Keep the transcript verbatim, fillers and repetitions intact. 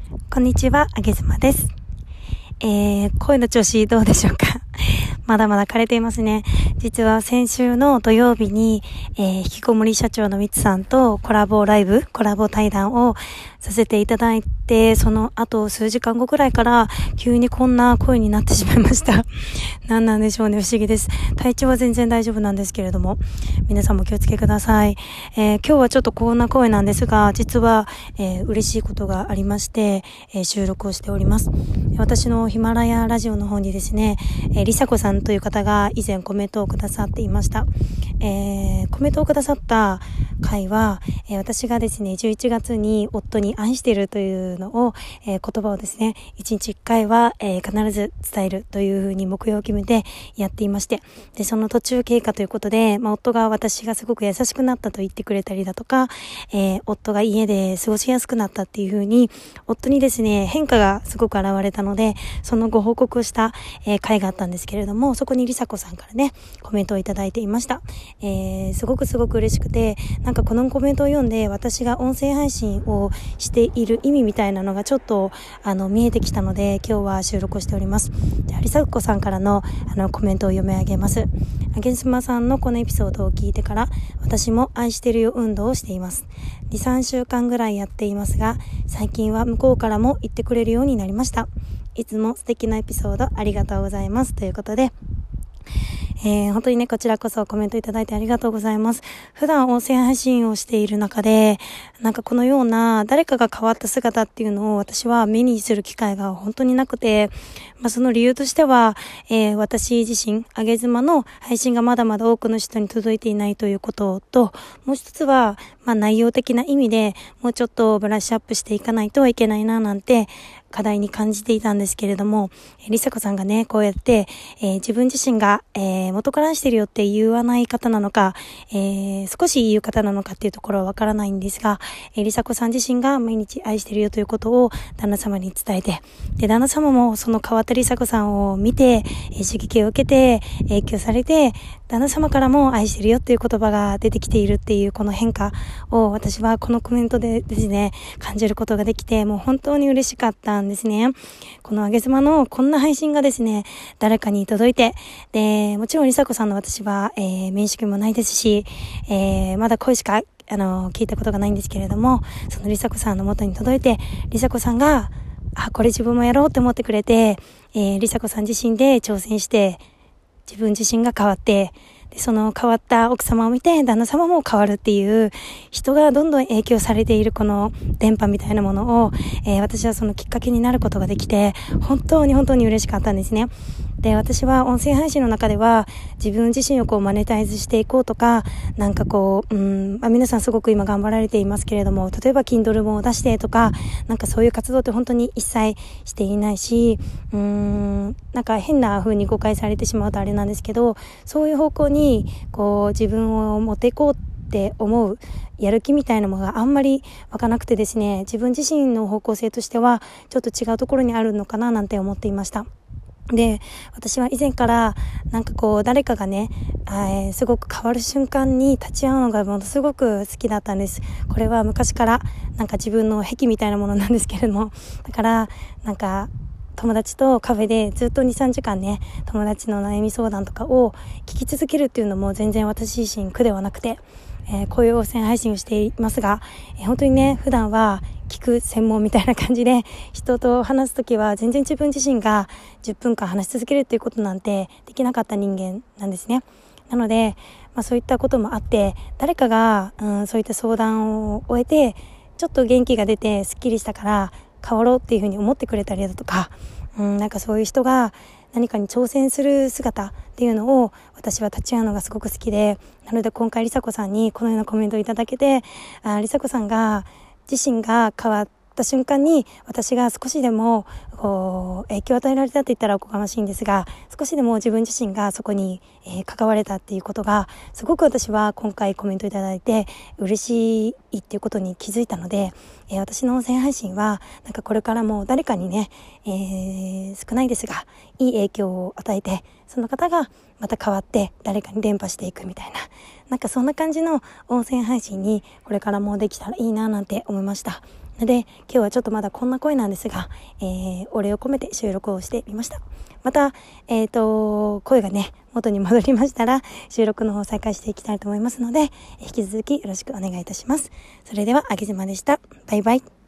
こんにちは、あげずまです。えー、声の調子どうでしょうかまだまだ枯れていますね。実は先週の土曜日に、えー、引きこもり社長のみつさんとコラボライブ、コラボ対談をさせていただいて、その後数時間後くらいから急にこんな声になってしまいました。何なんでしょうね、不思議です。体調は全然大丈夫なんですけれども、皆さんも気をつけください。えー、今日はちょっとこんな声なんですが、実は、えー、嬉しいことがありまして、えー、収録をしております。私のヒマラヤラジオの方にですね、えー、りさこさんという方が以前コメントをくださっていました。えー、コメントをくださった回は、えー、私がですね、じゅういちがつに夫に愛しているというのを、えー、言葉をですね、いちにちいっかいは、えー、必ず伝えるというふうに目標を決めてやっていまして、で、その途中経過ということで、まあ、夫が私がすごく優しくなったと言ってくれたりだとか、えー、夫が家で過ごしやすくなったっていうふうに、夫にですね、変化がすごく現れたので、そのご報告をした、えー、回があったんですけれども、そこにりさこさんからね、コメントをいただいていました。えー、すごくすごく嬉しくて、なんかこのコメントを読んで、私が音声配信をしている意味みたいなのがちょっと、あの、見えてきたので、今日は収録をしております。じゃあ、りさこさんからの、あの、コメントを読み上げます。あげずまさんのこのエピソードを聞いてから、私も愛してるよ運動をしています。に、さんしゅうかんぐらいやっていますが、最近は向こうからも言ってくれるようになりました。いつも素敵なエピソードありがとうございます。ということで、えー、本当にね、こちらこそコメントいただいてありがとうございます。普段音声配信をしている中で、なんかこのような誰かが変わった姿っていうのを私は目にする機会が本当になくて、まあその理由としては、えー、私自身、あげずまの配信がまだまだ多くの人に届いていないということと、もう一つは、まあ内容的な意味でもうちょっとブラッシュアップしていかないといけないななんて、課題に感じていたんですけれども、りさこさんがね、こうやって、えー、自分自身が、えー、元から愛してるよって言わない方なのか、えー、少し言う方なのかっていうところはわからないんですが、えー、りさこさん自身が毎日愛してるよということを旦那様に伝えて、で、旦那様もその変わったりさこさんを見て、えー、刺激を受けて、影響されて、旦那様からも愛してるよっていう言葉が出てきているっていうこの変化を私はこのコメントでですね、感じることができて、もう本当に嬉しかったんですね。このあげずまのこんな配信がですね、誰かに届いて、で、もちろんりさこさんの私は、えー、面識もないですし、えー、まだ声しか、あの、聞いたことがないんですけれども、そのりさこさんの元に届いて、りさこさんが、あ、これ自分もやろうって思ってくれて、えー、りさこさん自身で挑戦して、自分自身が変わって、で、その変わった奥様を見て旦那様も変わるっていう人がどんどん影響されているこの電波みたいなものを、えー、私はそのきっかけになることができて本当に本当に嬉しかったんですね。で、私は音声配信の中では自分自身をこうマネタイズしていこうとか、なんかこう、うん、まあ、皆さんすごく今頑張られていますけれども、例えば Kindle も出してとか、なんかそういう活動って本当に一切していないし、うーん、なんか変な風に誤解されてしまうとあれなんですけど、そういう方向にこう自分を持っていこうって思うやる気みたいなものがあんまり湧かなくてですね、自分自身の方向性としてはちょっと違うところにあるのかななんて思っていました。で、私は以前からなんかこう誰かがね、えー、すごく変わる瞬間に立ち会うのがものすごく好きだったんです。これは昔からなんか自分の癖みたいなものなんですけれども、だからなんか友達とカフェでずっと にさんじかんね、友達の悩み相談とかを聞き続けるっていうのも全然私自身苦ではなくて、えー、こういう音声配信をしていますが、えー、本当にね、普段は聞く専門みたいな感じで人と話すときは全然自分自身がじゅっぷんかん話し続けるっていうことなんてできなかった人間なんですね。なので、まあ、そういったこともあって誰かが、うん、そういった相談を終えてちょっと元気が出てスッキリしたから変わろうっていうふうに思ってくれたりだとか、うん、なんかそういう人が何かに挑戦する姿っていうのを私は立ち会うのがすごく好きで、なので今回りさこさんにこのようなコメントをいただけて、あ、りさこさんが自身が変わった瞬間に私が少しでもこう影響を与えられたって言ったらおこがましいんですが、少しでも自分自身がそこに、えー、関われたっていうことがすごく私は今回コメントいただいて嬉しいっていうことに気づいたので、えー、私の音声配信はなんかこれからも誰かにね、えー、少ないですがいい影響を与えて、その方がまた変わって誰かに伝播していくみたいな、なんかそんな感じの音声配信にこれからもできたらいいななんて思いました。 ので、今日はちょっとまだこんな声なんですが、えー、お礼を込めて収録をしてみました。また、えっと、声がね、元に戻りましたら、収録の方再開していきたいと思いますので、引き続きよろしくお願いいたします。それでは、あげずまでした。バイバイ。